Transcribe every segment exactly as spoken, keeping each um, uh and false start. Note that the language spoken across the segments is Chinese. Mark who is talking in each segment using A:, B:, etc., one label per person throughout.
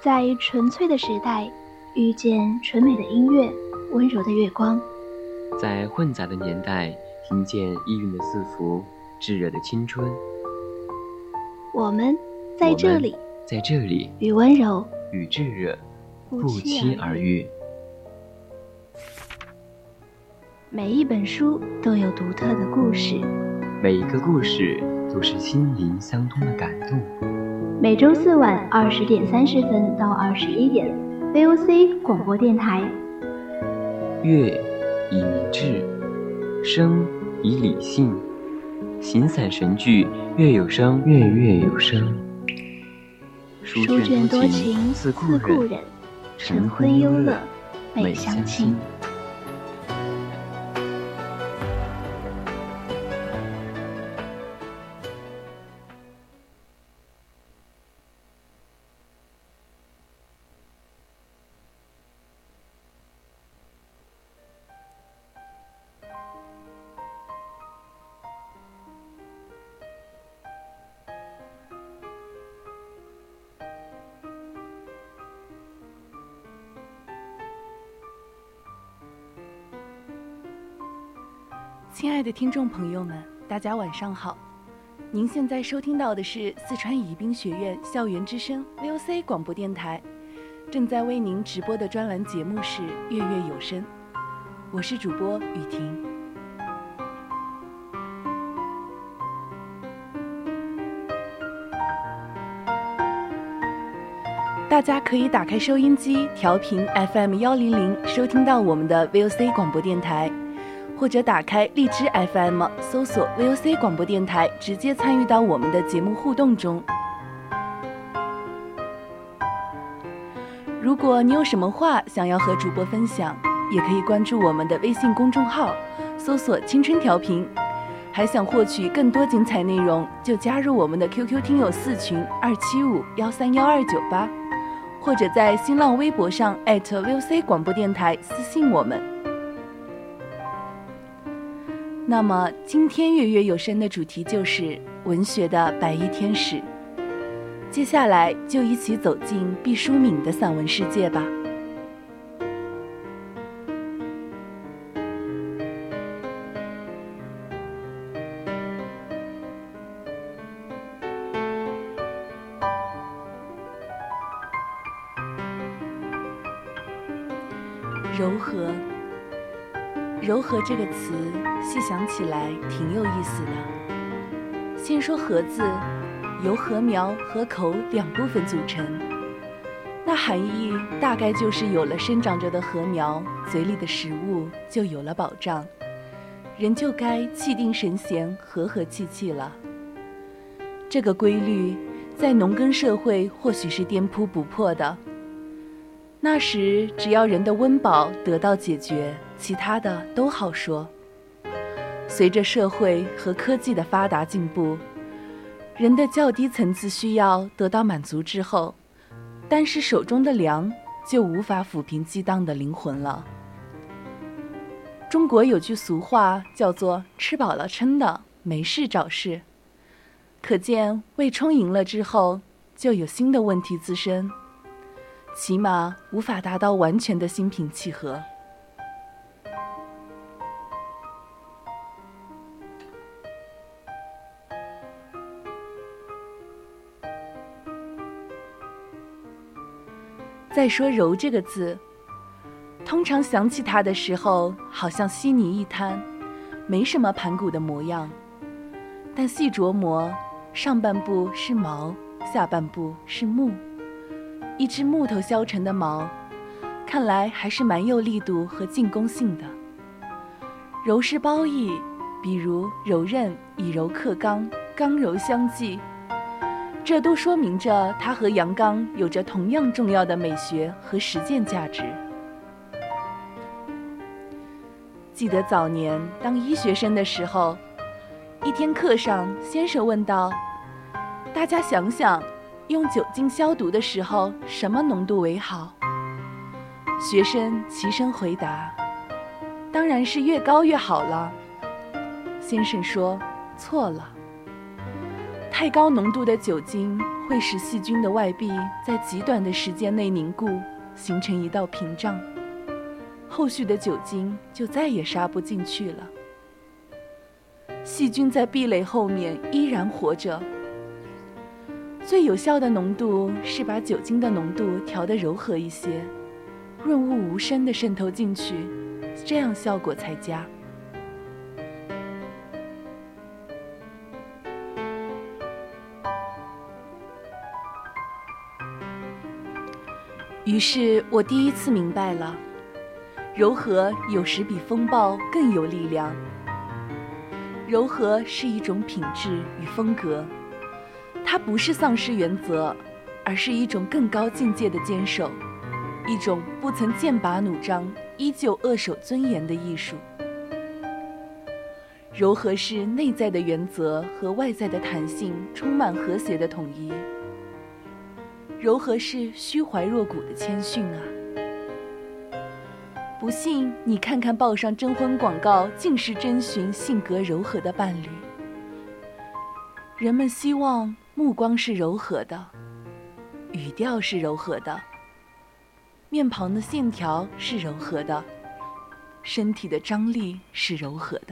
A: 在纯粹的时代，遇见纯美的音乐，温柔的月光；
B: 在混杂的年代，听见意蕴的四伏，炙热的青春。
A: 我们在这里，
B: 在这里，
A: 与温柔
B: 与炙热
A: 不
B: 不期而遇。
A: 每一本书都有独特的故事，
B: 每一个故事都是心灵相通的感动。
A: 每周四晚二十点三十分到二十一点 ，V O C 广播电台。
B: 乐以明志，声以理性，形散神聚，乐有声，乐乐有声。
A: 书卷多情似故人，晨昏忧乐每相亲。
C: 亲爱的听众朋友们，大家晚上好。您现在收听到的是四川宜宾学院校园之声 V O C 广播电台，正在为您直播的专栏节目是月月有声，我是主播雨婷。大家可以打开收音机，调频 F M 一零零，收听到我们的 V O C 广播电台。或者打开荔枝 F M 搜索 V O C 广播电台，直接参与到我们的节目互动中。如果你有什么话想要和主播分享，也可以关注我们的微信公众号，搜索青春调频。还想获取更多精彩内容，就加入我们的 Q Q 听友四群二七五幺三幺二九八，或者在新浪微博上 艾特 V O C 广播电台私信我们。那么今天月月有声的主题就是文学的白衣天使，接下来就一起走进毕淑敏的散文世界吧。柔和，柔和这个词细想起来挺有意思的。先说禾字，由禾苗和口两部分组成，那含义大概就是有了生长着的禾苗，嘴里的食物就有了保障，人就该气定神闲，和和气气了。这个规律在农耕社会或许是颠扑不破的，那时只要人的温饱得到解决，其他的都好说。随着社会和科技的发达进步，人的较低层次需要得到满足之后，单是手中的粮就无法抚平激荡的灵魂了。中国有句俗话叫做吃饱了撑的，没事找事，可见胃充盈了之后就有新的问题滋生，起码无法达到完全的心平气和。再说柔这个字，通常想起它的时候好像稀泥一滩，没什么盘古的模样，但细琢磨，上半部是毛，下半部是木，一只木头削成的毛，看来还是蛮有力度和进攻性的。柔是褒义，比如柔韧以柔克刚，刚柔相济，这都说明着它和阳刚有着同样重要的美学和实践价值。记得早年当医学生的时候，一天课上先生问道，大家想想，用酒精消毒的时候什么浓度为好？学生齐声回答，当然是越高越好了。先生说，错了。 太高浓度的酒精会使细菌的外壁在极短的时间内凝固，形成一道屏障，后续的酒精就再也杀不进去了。细菌在壁垒后面依然活着。最有效的浓度是把酒精的浓度调得柔和一些，润物无声地渗透进去，这样效果才佳。于是我第一次明白了，柔和有时比风暴更有力量。柔和是一种品质与风格，它不是丧失原则，而是一种更高境界的坚守，一种不曾剑拔弩张，依旧扼守尊严的艺术。柔和是内在的原则和外在的弹性充满和谐的统一。柔和是虚怀若谷的谦逊啊！不信你看看报上征婚广告，尽是征询性格柔和的伴侣。人们希望目光是柔和的，语调是柔和的，面庞的线条是柔和的，身体的张力是柔和的。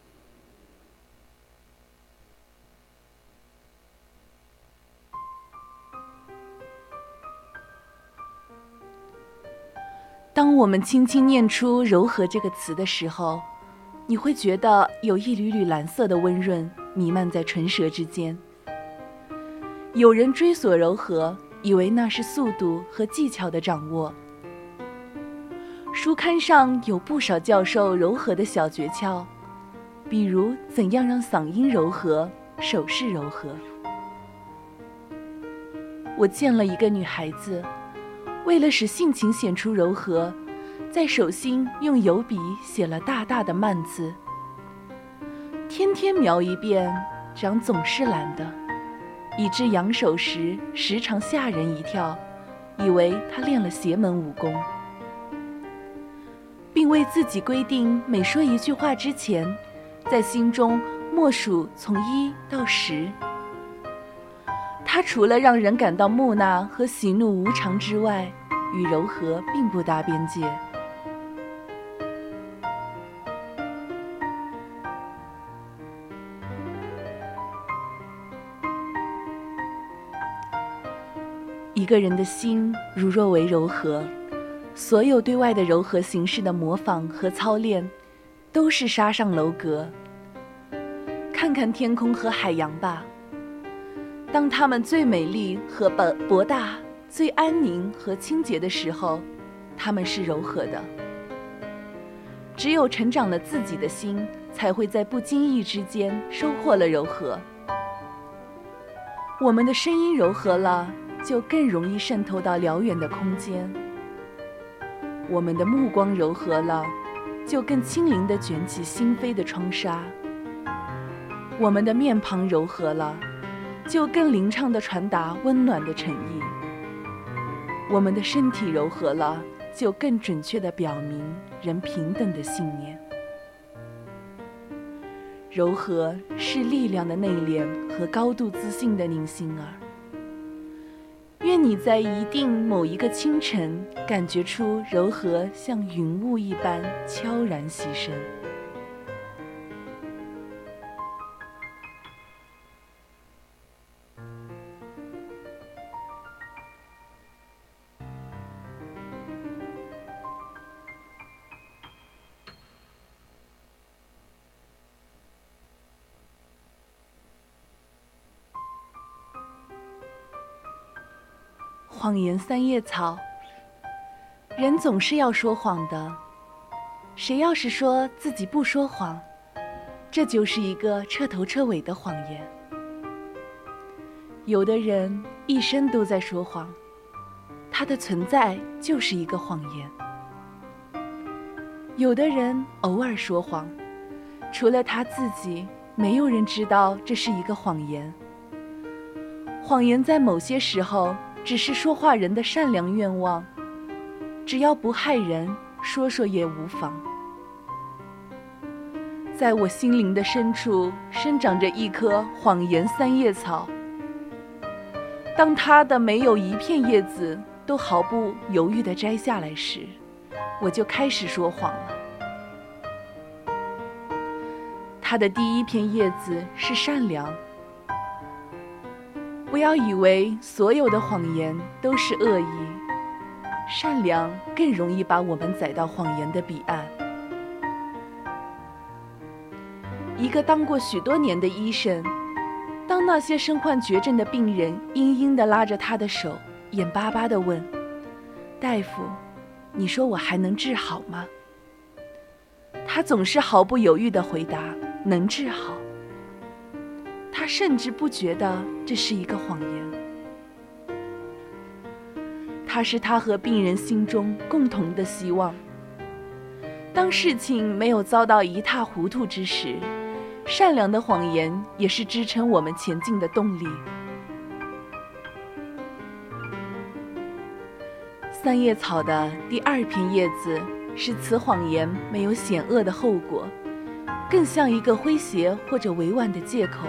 C: 当我们轻轻念出柔和这个词的时候，你会觉得有一缕缕蓝色的温润弥漫在唇舌之间。有人追索柔和，以为那是速度和技巧的掌握。书刊上有不少教授柔和的小诀窍，比如怎样让嗓音柔和，手势柔和。我见了一个女孩子，为了使性情显出柔和，在手心用油笔写了大大的慢字，天天描一遍，掌总是蓝的，以致扬手时时常吓人一跳，以为她练了邪门武功，并为自己规定每说一句话之前，在心中默数从一到十。它除了让人感到木讷和喜怒无常之外，与柔和并不搭边界。一个人的心如若为柔和，所有对外的柔和形式的模仿和操练，都是沙上楼阁。看看天空和海洋吧，当它们最美丽和博大，最安宁和清洁的时候，它们是柔和的。只有成长了自己的心，才会在不经意之间收获了柔和。我们的声音柔和了，就更容易渗透到辽远的空间。我们的目光柔和了，就更轻灵地卷起心扉的窗纱。我们的面庞柔和了，就更灵畅地传达温暖的诚意。我们的身体柔和了，就更准确地表明人平等的信念。柔和是力量的内敛和高度自信的宁心儿。愿你在一定某一个清晨，感觉出柔和像云雾一般悄然袭身。谎言三叶草，人总是要说谎的。谁要是说自己不说谎，这就是一个彻头彻尾的谎言。有的人一生都在说谎，他的存在就是一个谎言。有的人偶尔说谎，除了他自己，没有人知道这是一个谎言。谎言在某些时候只是说话人的善良愿望，只要不害人，说说也无妨。 在我心灵的深处生长着一棵谎言三叶草。当它的没有一片叶子都毫不犹豫地摘下来时，我就开始说谎了。它的第一片叶子是善良。不要以为所有的谎言都是恶意，善良更容易把我们载到谎言的彼岸。一个当过许多年的医生，当那些身患绝症的病人殷殷地拉着他的手，眼巴巴地问：大夫，你说我还能治好吗？他总是毫不犹豫地回答：能治好。他甚至不觉得这是一个谎言，它是他和病人心中共同的希望。当事情没有遭到一塌糊涂之时，善良的谎言也是支撑我们前进的动力。三叶草的第二片叶子是此谎言没有险恶的后果，更像一个诙谐或者委婉的借口。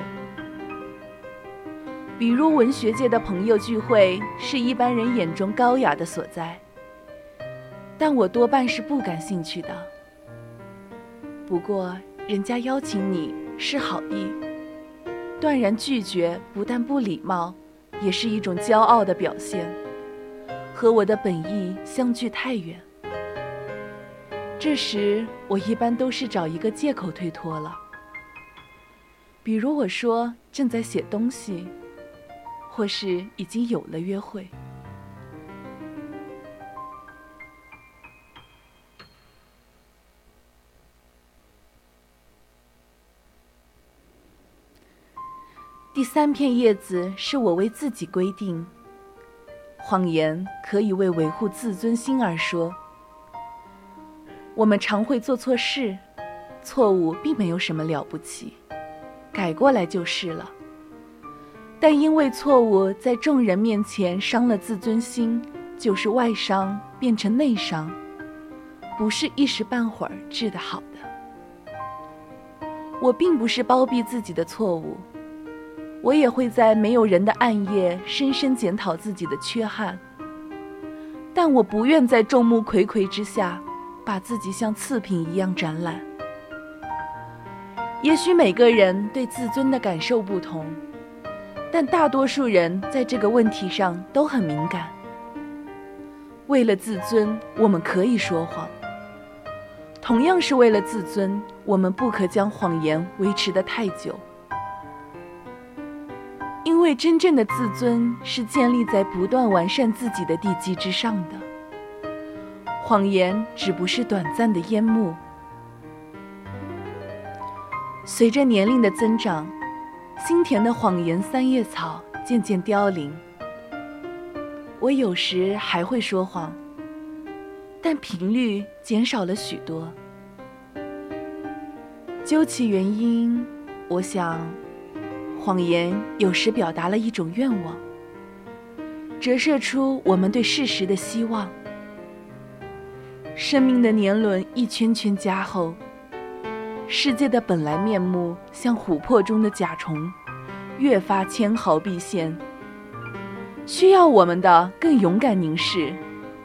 C: 比如文学界的朋友聚会是一般人眼中高雅的所在，但我多半是不感兴趣的。不过人家邀请你是好意，断然拒绝不但不礼貌，也是一种骄傲的表现，和我的本意相距太远。这时我一般都是找一个借口推脱了，比如我说正在写东西，或是已经有了约会。第三片叶子是我为自己规定，谎言可以为维护自尊心而说。我们常会做错事，错误并没有什么了不起，改过来就是了。但因为错误在众人面前伤了自尊心，就是外伤变成内伤，不是一时半会儿治得好的。我并不是包庇自己的错误，我也会在没有人的暗夜深深检讨自己的缺憾，但我不愿在众目睽睽之下把自己像次品一样展览。也许每个人对自尊的感受不同，但大多数人在这个问题上都很敏感。为了自尊，我们可以说谎；同样是为了自尊，我们不可将谎言维持得太久。因为真正的自尊是建立在不断完善自己的地基之上的，谎言只不是短暂的烟幕。随着年龄的增长，心田的谎言三叶草渐渐凋零。我有时还会说谎，但频率减少了许多。究其原因，我想谎言有时表达了一种愿望，折射出我们对事实的希望。生命的年轮一圈圈加厚，世界的本来面目像琥珀中的甲虫，越发纤毫毕现，需要我们的更勇敢凝视。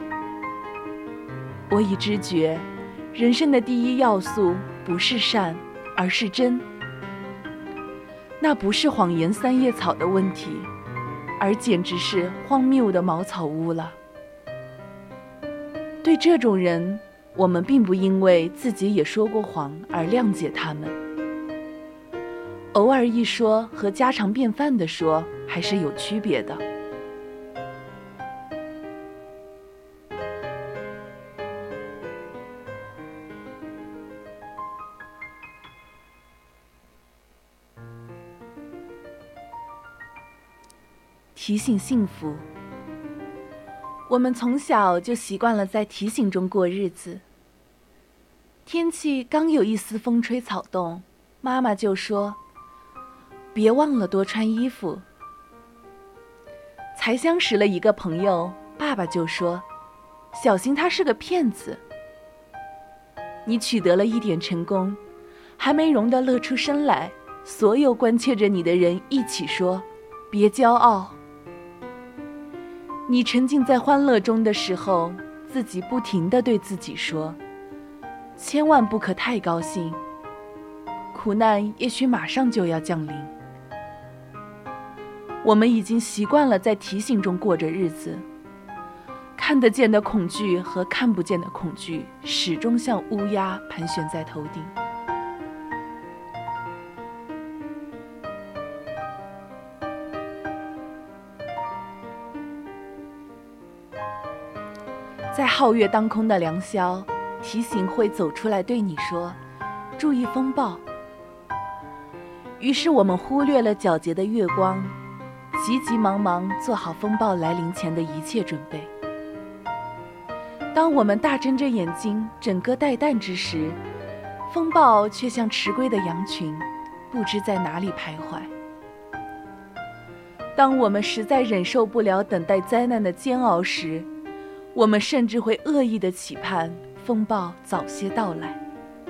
C: 我已知觉，人生的第一要素不是善，而是真。那不是谎言三叶草的问题，而简直是荒谬的茅草屋了。对这种人，我们并不因为自己也说过谎而谅解他们。偶尔一说和家常便饭的说还是有区别的。提醒幸福，我们从小就习惯了在提醒中过日子。天气刚有一丝风吹草动，妈妈就说：“别忘了多穿衣服。”才相识了一个朋友，爸爸就说：“小心他是个骗子。”你取得了一点成功， 还没容得乐出声来，所有关切着你的人一起说：别骄傲。你沉浸在欢乐中的时候，自己不停地对自己说：千万不可太高兴，苦难也许马上就要降临。我们已经习惯了在提醒中过着日子，看得见的恐惧和看不见的恐惧始终像乌鸦盘旋在头顶。在皓月当空的良宵，提醒会走出来对你说：注意风暴。于是我们忽略了皎洁的月光，急急忙忙做好风暴来临前的一切准备。当我们大睁着眼睛整个待旦之时，风暴却像迟归的羊群，不知在哪里徘徊。当我们实在忍受不了等待灾难的煎熬时，我们甚至会恶意地期盼风暴早些到来。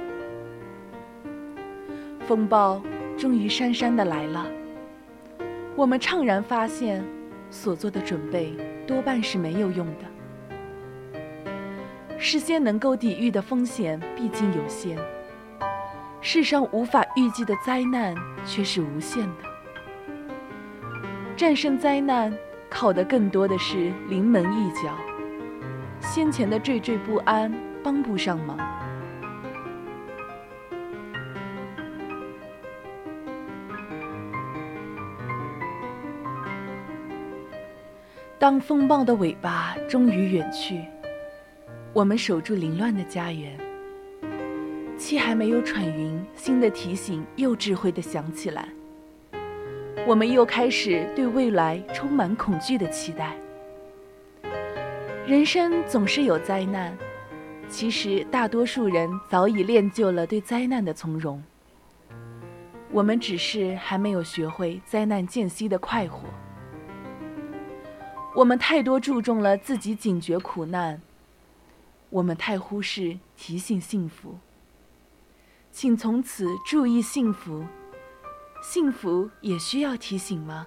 C: 风暴终于姗姗地来了，我们怅然发现，所做的准备多半是没有用的。事先能够抵御的风险毕竟有限，世上无法预计的灾难却是无限的。战胜灾难，靠的更多的是临门一脚。先前的惴惴不安帮不上忙。当风暴的尾巴终于远去，我们守住凌乱的家园，气还没有喘匀，新的提醒又智慧地响起来。我们又开始对未来充满恐惧的期待。人生总是有灾难，其实大多数人早已练就了对灾难的从容，我们只是还没有学会灾难间隙的快活。我们太多注重了自己警觉苦难，我们太忽视提醒幸福。请从此注意幸福，幸福也需要提醒吗？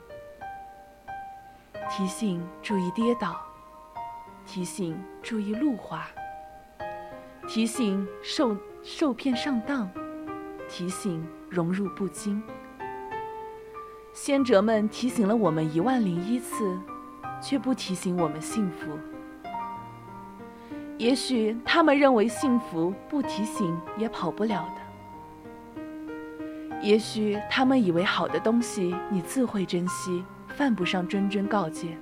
C: 提醒注意跌倒，提醒注意路滑，提醒受受骗上当，提醒融入不惊。先哲们提醒了我们一万零一次，却不提醒我们幸福。也许他们认为幸福不提醒也跑不了的，也许他们以为好的东西你自会珍惜，犯不上谆谆告诫。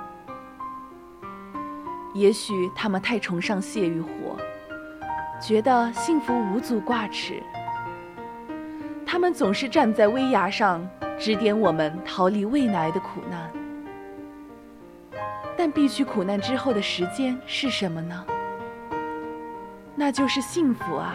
C: 也许他们太崇尚血与火，觉得幸福无足挂齿。他们总是站在危崖上，指点我们逃离未来的苦难。但避去苦难之后的时间是什么呢？那就是幸福啊！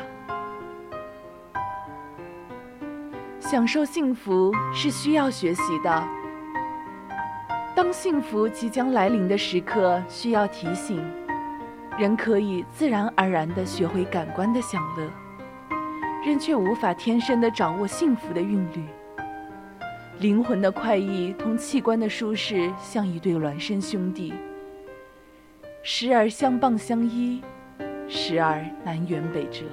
C: 享受幸福是需要学习的。当幸福即将来临的时刻，需要提醒，人可以自然而然地学会感官的享乐，人却无法天生地掌握幸福的韵律。灵魂的快意同器官的舒适像一对孪生兄弟，时而相傍相依，时而南辕北辙。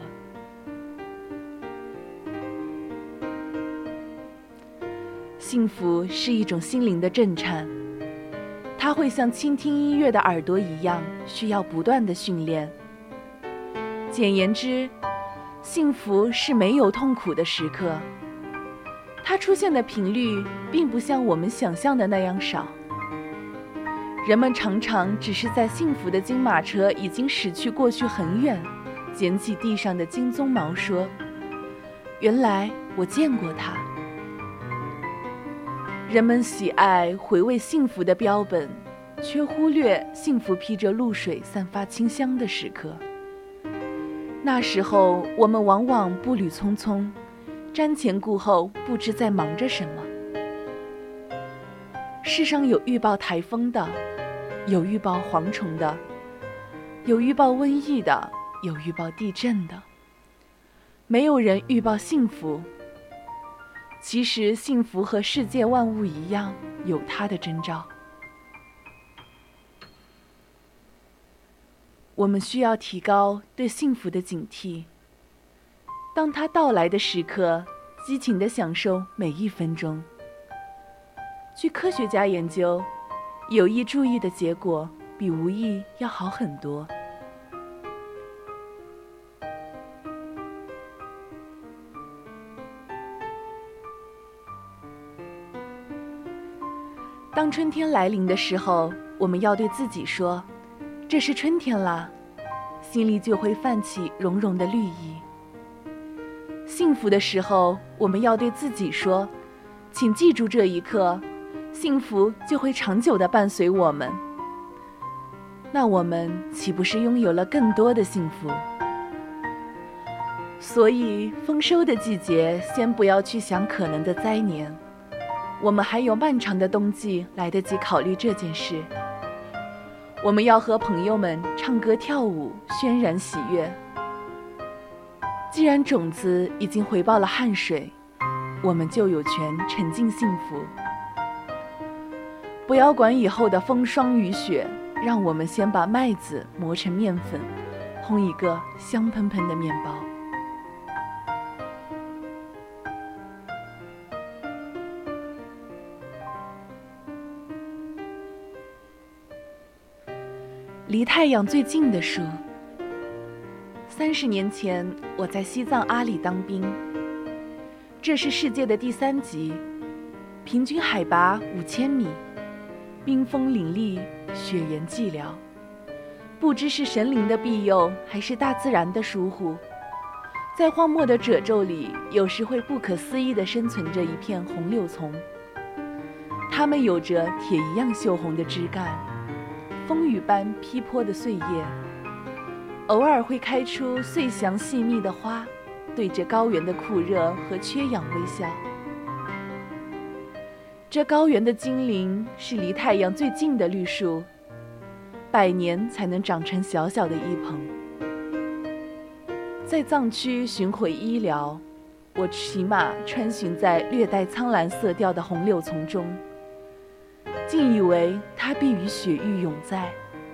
C: 幸福是一种心灵的震颤，它会像倾听音乐的耳朵一样，需要不断的训练。简言之，幸福是没有痛苦的时刻，它出现的频率并不像我们想象的那样少。人们常常只是在幸福的金马车已经驶去过去很远，捡起地上的金鬃毛说：原来我见过它。人们喜爱回味幸福的标本，却忽略幸福披着露水散发清香的时刻。那时候我们往往步履匆匆，瞻前顾后，不知在忙着什么。世上有预报台风的，有预报蝗虫的，有预报瘟疫的，有预报地震的。 没有人预报幸福。其实幸福和世界万物一样，有它的征兆。我们需要提高对幸福的警惕，当它到来的时刻，激情地享受每一分钟。据科学家研究，有意注意的结果比无意要好很多。当春天来临的时候，我们要对自己说，这是春天啦，心里就会泛起融融的绿意。幸福的时候，我们要对自己说，请记住这一刻，幸福就会长久地伴随我们。那我们岂不是拥有了更多的幸福？所以丰收的季节，先不要去想可能的灾年，我们还有漫长的冬季来得及考虑这件事。我们要和朋友们唱歌跳舞，渲染喜悦。既然种子已经回报了汗水，我们就有权沉浸幸福。不要管以后的风霜雨雪，让我们先把麦子磨成面粉，烘一个香喷喷的面包。离太阳最近的树。三十年前，我在西藏阿里当兵，这是世界的第三级，平均海拔五千米，冰封凛冽，雪岩寂寥。不知是神灵的庇佑，还是大自然的疏忽，在荒漠的褶皱里，有时会不可思议地生存着一片红柳丛。它们有着铁一样锈红的枝干，风雨般劈坡的碎叶，偶尔会开出穗祥细密的花，对着高原的酷热和缺氧微笑。这高原的精灵是离太阳最近的绿树，百年才能长成小小的一棚。在藏区巡回医疗，我骑马穿行在略带苍蓝色调的红柳丛中，竟以为它必与雪域永在。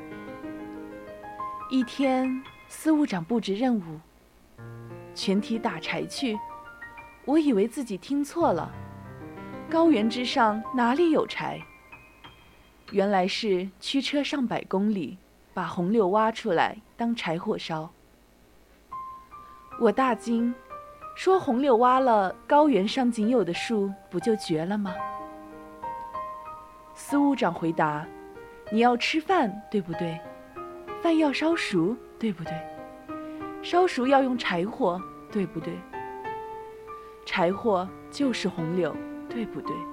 C: 一天，司务长布置任务，全体打柴去。我以为自己听错了，高原之上哪里有柴？原来是驱车上百公里，把红柳挖出来当柴火烧。我大惊，说红柳挖了，高原上仅有的树不就绝了吗？司务长回答，你要吃饭，对不对？饭要烧熟，对不对？烧熟要用柴火，对不对？柴火就是红柳，对不对？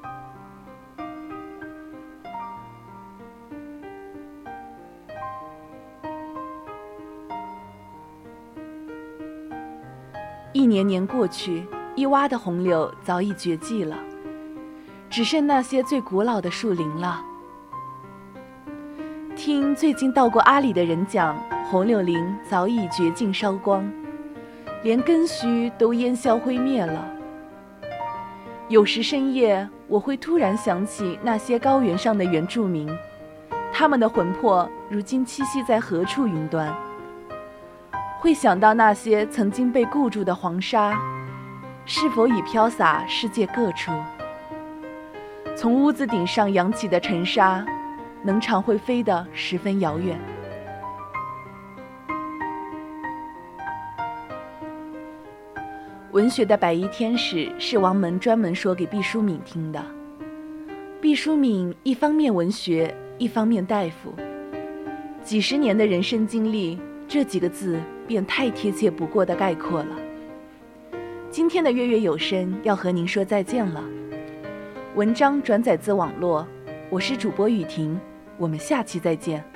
C: 一年年过去，一洼的红柳早已绝迹了，只剩那些最古老的树林了。听最近到过阿里的人讲，红柳林早已绝尽烧光，连根须都烟消灰灭了。有时深夜，我会突然想起那些高原上的原住民，他们的魂魄如今栖息在何处云端？会想到那些曾经被固住的黄沙，是否已飘洒世界各处？从屋子顶上扬起的尘沙，能常会飞得十分遥远。文学的白衣天使是王蒙专门说给毕淑敏听的。毕淑敏一方面文学，一方面大夫，几十年的人生经历，这几个字便太贴切不过的概括了。今天的月月有声要和您说再见了。文章转载自网络，我是主播雨婷，我们下期再见。